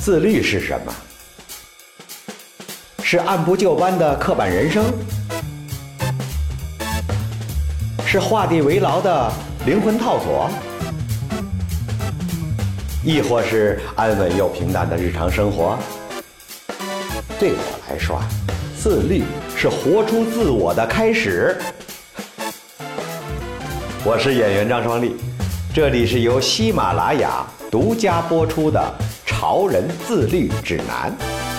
自律是什么？是按部就班的刻板人生？是画地为牢的灵魂套索？亦或是安稳又平淡的日常生活？对我来说，自律是活出自我的开始。我是演员张双立，这里是由喜马拉雅独家播出的《潮人自律指南》。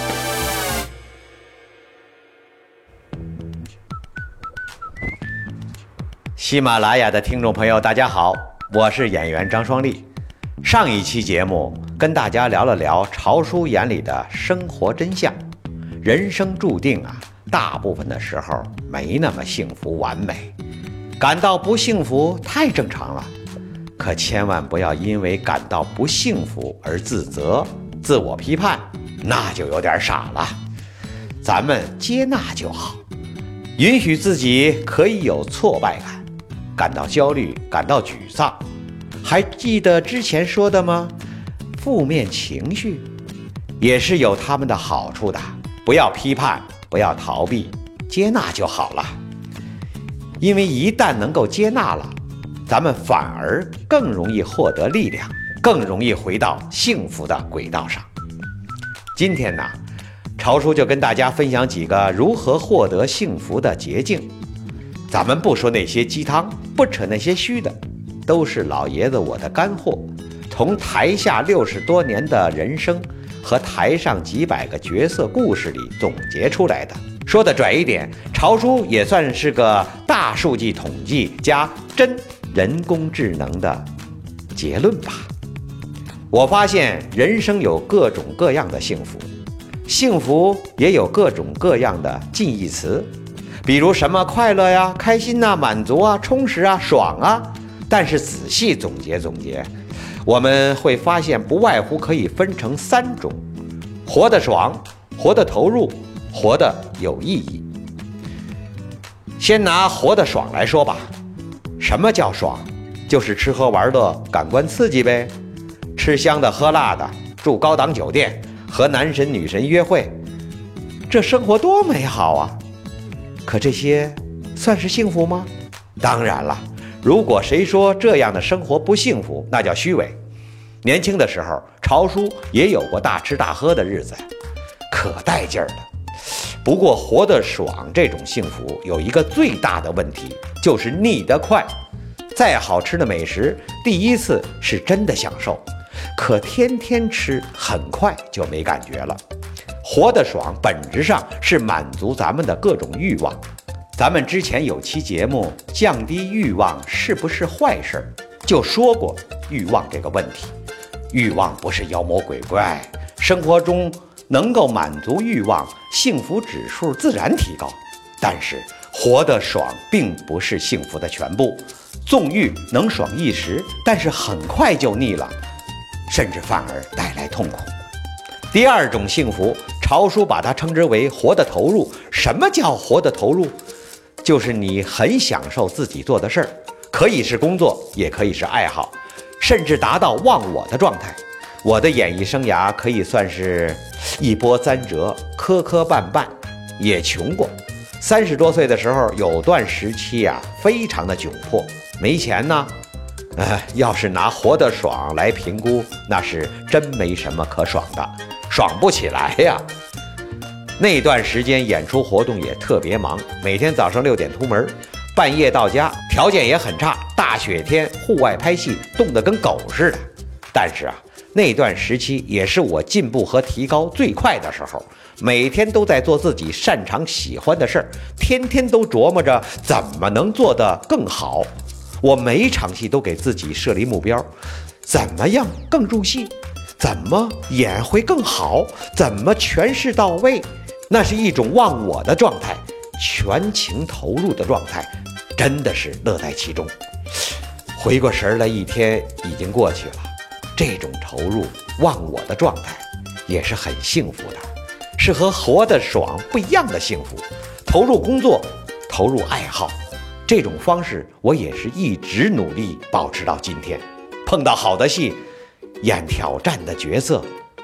喜马拉雅的听众朋友，大家好，我是演员张双立。上一期节目跟大家聊了聊潮叔眼里的生活真相。人生注定大部分的时候没那么幸福完美，感到不幸福太正常了。可千万不要因为感到不幸福而自责、自我批判，那就有点傻了。咱们接纳就好，允许自己可以有挫败感，感到焦虑，感到沮丧。还记得之前说的吗？负面情绪也是有他们的好处的，不要批判，不要逃避，接纳就好了。因为一旦能够接纳了，咱们反而更容易获得力量，更容易回到幸福的轨道上。今天呢，潮叔就跟大家分享几个如何获得幸福的捷径。咱们不说那些鸡汤，不扯那些虚的，都是老爷子我的干货，从台下60多年的人生和台上几百个角色故事里总结出来的。说的拽一点，潮叔也算是个大数据统计加真人工智能的结论吧。我发现人生有各种各样的幸福，幸福也有各种各样的近义词，比如什么快乐呀、开心啊、满足啊、充实啊、爽啊。但是仔细总结，我们会发现不外乎可以分成3种：活得爽、活得投入、活得有意义。先拿活得爽来说吧。什么叫爽？就是吃喝玩乐，感官刺激呗。吃香的喝辣的，住高档酒店，和男神女神约会，这生活多美好啊！可这些算是幸福吗？当然了，如果谁说这样的生活不幸福，那叫虚伪。年轻的时候，潮叔也有过大吃大喝的日子，可带劲儿了。不过活得爽这种幸福有一个最大的问题，就是腻得快。再好吃的美食，第一次是真的享受，可天天吃很快就没感觉了。活得爽本质上是满足咱们的各种欲望。咱们之前有期节目降低欲望是不是坏事，就说过欲望这个问题。欲望不是妖魔鬼怪，生活中能够满足欲望，幸福指数自然提高。但是活得爽并不是幸福的全部，纵欲能爽一时，但是很快就腻了，甚至反而带来痛苦。第二种幸福，潮叔把它称之为活得投入。什么叫活得投入？就是你很享受自己做的事儿，可以是工作，也可以是爱好，甚至达到忘我的状态。我的演艺生涯可以算是一波三折，磕磕绊绊，也穷过。30多岁的时候，有段时期非常的窘迫，没钱呢。要是拿活得爽来评估，那是真没什么可爽的，爽不起来呀。那段时间演出活动也特别忙，每天早上6点出门，半夜到家，条件也很差，大雪天户外拍戏，冻得跟狗似的。但是那段时期也是我进步和提高最快的时候，每天都在做自己擅长喜欢的事儿，天天都琢磨着怎么能做得更好。我每一场戏都给自己设立目标，怎么样更入戏，怎么演会更好，怎么诠释到位。那是一种忘我的状态，全情投入的状态，真的是乐在其中。回过神来，一天已经过去了，这种投入忘我的状态也是很幸福的，是和活得爽不一样的幸福。投入工作，投入爱好，这种方式我也是一直努力保持到今天。碰到好的戏，演挑战的角色，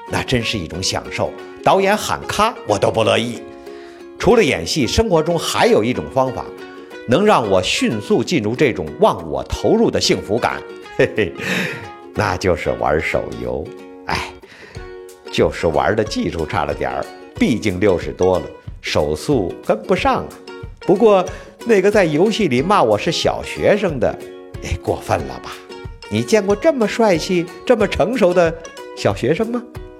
那真是一种享受，导演喊咔我都不乐意。除了演戏，生活中还有一种方法能让我迅速进入这种忘我投入的幸福感，嘿嘿，那就是玩手游。就是玩的技术差了点儿，毕竟60多了，手速跟不上啊。不过那个在游戏里骂我是小学生的，过分了吧？你见过这么帅气、这么成熟的小学生吗？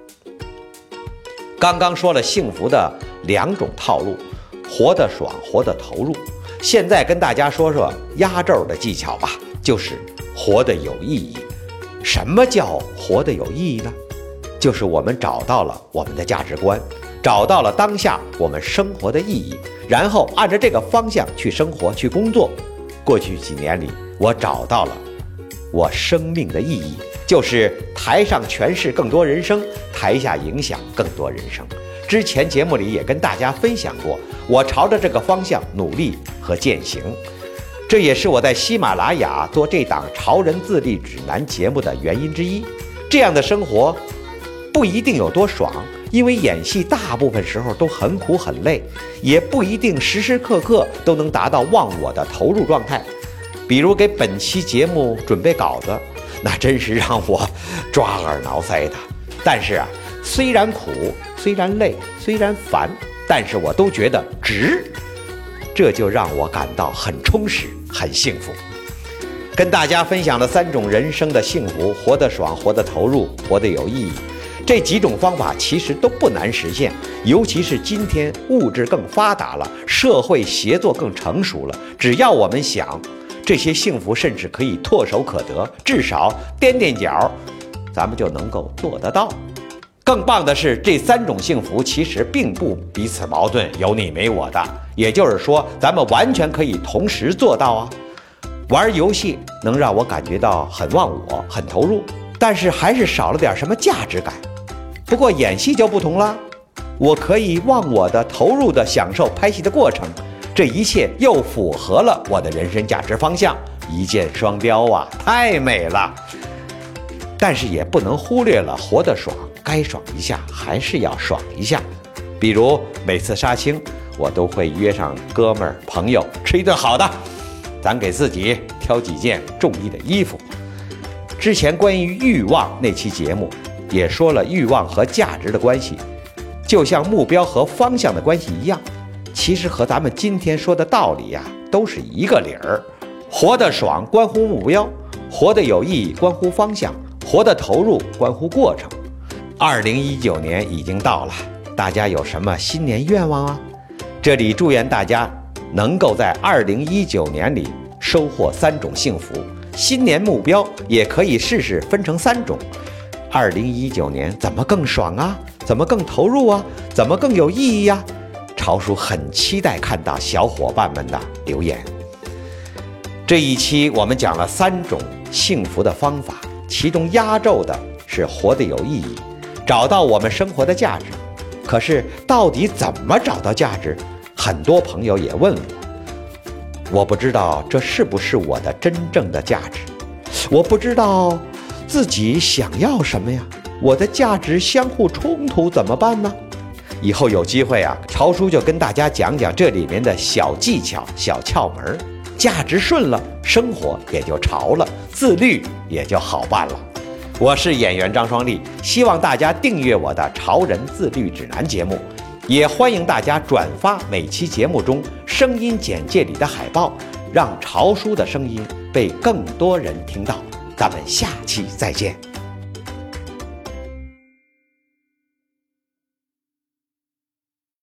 刚刚说了幸福的2种套路，活得爽，活得投入。现在跟大家说说压轴的技巧吧，就是活得有意义。什么叫活得有意义呢？就是我们找到了我们的价值观，找到了当下我们生活的意义，然后按照这个方向去生活、去工作。过去几年里，我找到了我生命的意义，就是台上诠释更多人生，台下影响更多人生。之前节目里也跟大家分享过，我朝着这个方向努力和践行。这也是我在喜马拉雅做这档潮人自律指南节目的原因之一。这样的生活不一定有多爽，因为演戏大部分时候都很苦很累，也不一定时时刻刻都能达到忘我的投入状态。比如给本期节目准备稿子，那真是让我抓耳挠腮的。但是虽然苦，虽然累，虽然烦，但是我都觉得值，这就让我感到很充实，很幸福。跟大家分享了3种人生的幸福：活得爽，活得投入，活得有意义。这几种方法其实都不难实现，尤其是今天物质更发达了，社会协作更成熟了，只要我们想，这些幸福甚至可以唾手可得，至少踮踮脚，咱们就能够做得到。更棒的是，这3种幸福其实并不彼此矛盾，有你没我的，也就是说，咱们完全可以同时做到啊。玩游戏能让我感觉到很忘我，很投入，但是还是少了点什么价值感。不过演戏就不同了，我可以忘我的、投入的享受拍戏的过程，这一切又符合了我的人生价值方向，一箭双雕啊，太美了。但是也不能忽略了活得爽，该爽一下还是要爽一下。比如每次杀青，我都会约上哥们儿朋友吃一顿好的，咱给自己挑几件中意的衣服。之前关于欲望那期节目也说了，欲望和价值的关系就像目标和方向的关系一样，其实和咱们今天说的道理都是一个理儿。活得爽关乎目标，活得有意义关乎方向，活得投入关乎过程。2019年已经到了，大家有什么新年愿望啊？这里祝愿大家能够在2019年里收获3种幸福。新年目标也可以试试分成3种。2019年怎么更爽啊？怎么更投入啊？怎么更有意义啊？潮叔很期待看到小伙伴们的留言。这一期我们讲了3种幸福的方法，其中压轴的是活得有意义，找到我们生活的价值。可是到底怎么找到价值？很多朋友也问我不知道这是不是我的真正的价值，我不知道自己想要什么呀，我的价值相互冲突怎么办呢？以后有机会潮叔就跟大家讲讲这里面的小技巧、小窍门。价值顺了，生活也就潮了，自律也就好办了。我是演员张双立，希望大家订阅我的潮人自律指南节目，也欢迎大家转发每期节目中声音简介里的海报，让潮叔的声音被更多人听到。咱们下期再见。